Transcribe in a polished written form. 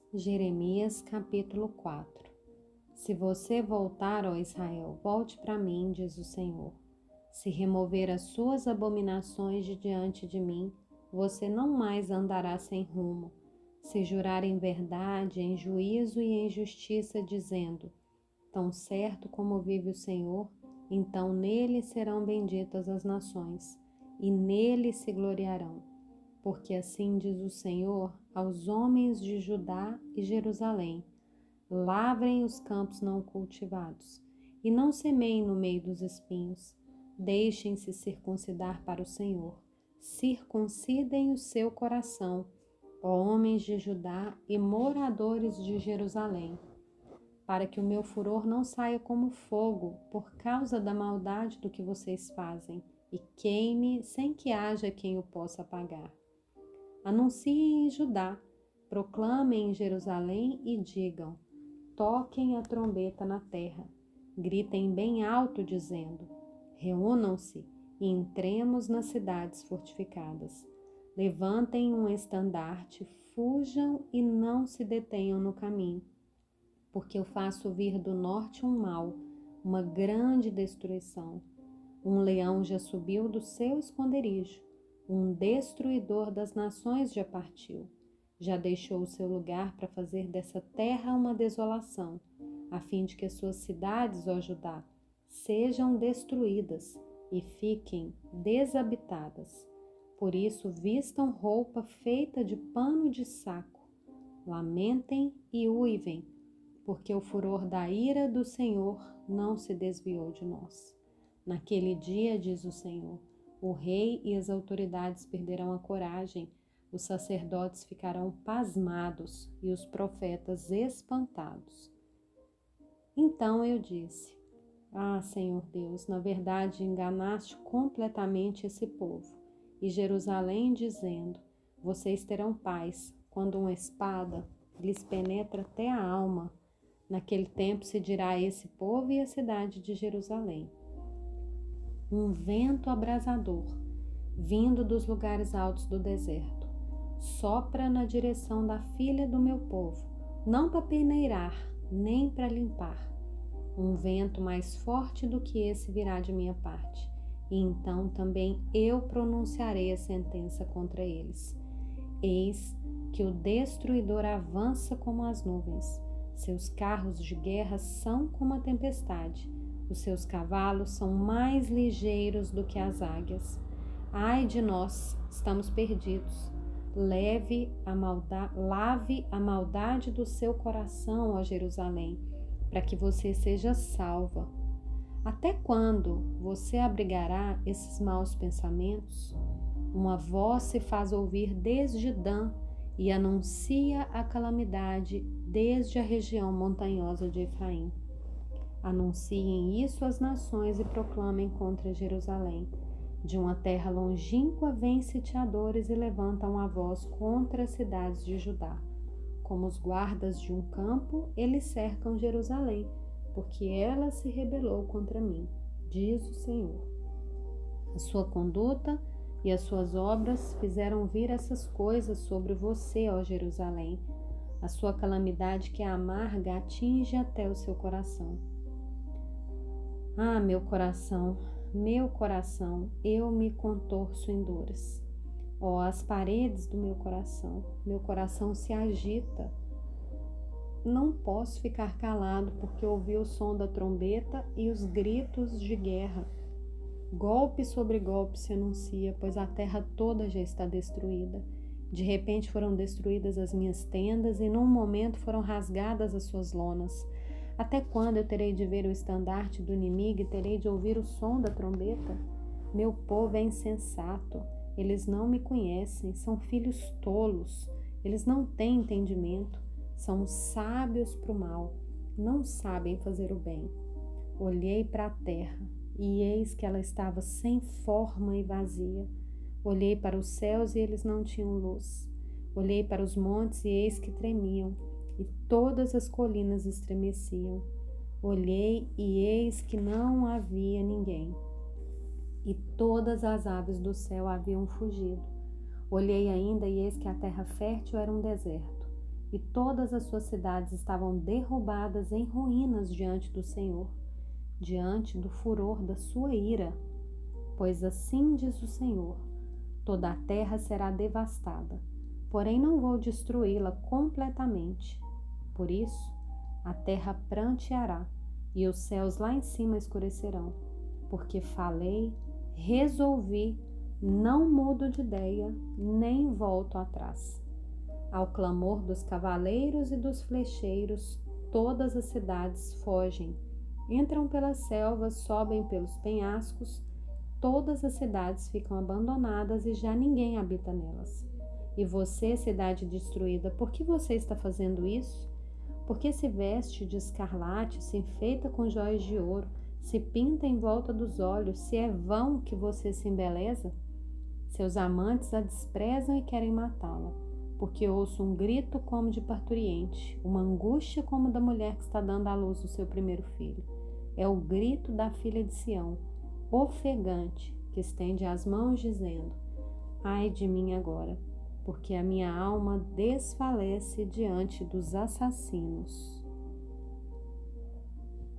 Jeremias capítulo 4. Se você voltar, ó Israel, volte para mim, diz o Senhor. Se remover as suas abominações de diante de mim, você não mais andará sem rumo. Se jurar em verdade, em juízo e em justiça, dizendo: tão certo como vive o Senhor, então nele serão benditas as nações, e nele se gloriarão. Porque assim diz o Senhor aos homens de Judá e Jerusalém: lavrem os campos não cultivados, e não semeiem no meio dos espinhos. Deixem-se circuncidar para o Senhor. Circuncidem o seu coração, ó homens de Judá e moradores de Jerusalém, para que o meu furor não saia como fogo por causa da maldade do que vocês fazem, e queime sem que haja quem o possa apagar. Anunciem em Judá, proclamem em Jerusalém e digam: toquem a trombeta na terra, gritem bem alto dizendo: reúnam-se e entremos nas cidades fortificadas. Levantem um estandarte, fujam e não se detenham no caminho, porque eu faço vir do norte um mal, uma grande destruição. Um leão já subiu do seu esconderijo, um destruidor das nações já partiu. Já deixou o seu lugar para fazer dessa terra uma desolação, a fim de que as suas cidades, ó Judá, sejam destruídas e fiquem desabitadas. Por isso, vistam roupa feita de pano de saco, lamentem e uivem, porque o furor da ira do Senhor não se desviou de nós. Naquele dia, diz o Senhor, o rei e as autoridades perderão a coragem, os sacerdotes ficarão pasmados e os profetas espantados. Então eu disse: ah, Senhor Deus, na verdade enganaste completamente esse povo, e Jerusalém, dizendo: vocês terão paz, quando uma espada lhes penetra até a alma. Naquele tempo se dirá a esse povo e à cidade de Jerusalém: um vento abrasador, vindo dos lugares altos do deserto, sopra na direção da filha do meu povo, não para peneirar, nem para limpar. Um vento mais forte do que esse virá de minha parte, e então também eu pronunciarei a sentença contra eles. Eis que o destruidor avança como as nuvens, seus carros de guerra são como a tempestade, os seus cavalos são mais ligeiros do que as águias. Ai de nós, estamos perdidos. Lave a maldade do seu coração, ó Jerusalém, para que você seja salva. Até quando você abrigará esses maus pensamentos? Uma voz se faz ouvir desde Dan e anuncia a calamidade desde a região montanhosa de Efraim. Anunciem isso às nações e proclamem contra Jerusalém. De uma terra longínqua vêm sitiadores e levantam a voz contra as cidades de Judá. Como os guardas de um campo, eles cercam Jerusalém, porque ela se rebelou contra mim, diz o Senhor. A sua conduta e as suas obras fizeram vir essas coisas sobre você, ó Jerusalém. A sua calamidade, que é amarga, atinge até o seu coração. Ah, meu coração, eu me contorço em dores. Ó, as paredes do meu coração se agita. Não posso ficar calado, porque ouvi o som da trombeta e os gritos de guerra. Golpe sobre golpe se anuncia, pois a terra toda já está destruída. De repente foram destruídas as minhas tendas e num momento foram rasgadas as suas lonas. Até quando eu terei de ver o estandarte do inimigo e terei de ouvir o som da trombeta? Meu povo é insensato, eles não me conhecem, são filhos tolos, eles não têm entendimento, são sábios para o mal, não sabem fazer o bem. Olhei para a terra, e eis que ela estava sem forma e vazia. Olhei para os céus e eles não tinham luz. Olhei para os montes e eis que tremiam, e todas as colinas estremeciam. Olhei e eis que não havia ninguém, e todas as aves do céu haviam fugido. Olhei ainda e eis que a terra fértil era um deserto, e todas as suas cidades estavam derrubadas em ruínas diante do Senhor, diante do furor da sua ira. Pois assim diz o Senhor: toda a terra será devastada, porém não vou destruí-la completamente. Por isso, a terra pranteará e os céus lá em cima escurecerão, porque falei, resolvi, não mudo de ideia, nem volto atrás. Ao clamor dos cavaleiros e dos flecheiros, todas as cidades fogem, entram pelas selvas, sobem pelos penhascos, todas as cidades ficam abandonadas e já ninguém habita nelas. E você, cidade destruída, por que você está fazendo isso? Por que se veste de escarlate, se enfeita com jóias de ouro, se pinta em volta dos olhos, se é vão que você se embeleza? Seus amantes a desprezam e querem matá-la, porque ouço um grito como de parturiente, uma angústia como da mulher que está dando à luz o seu primeiro filho. É o grito da filha de Sião, ofegante, que estende as mãos dizendo: ai de mim agora, porque a minha alma desfalece diante dos assassinos.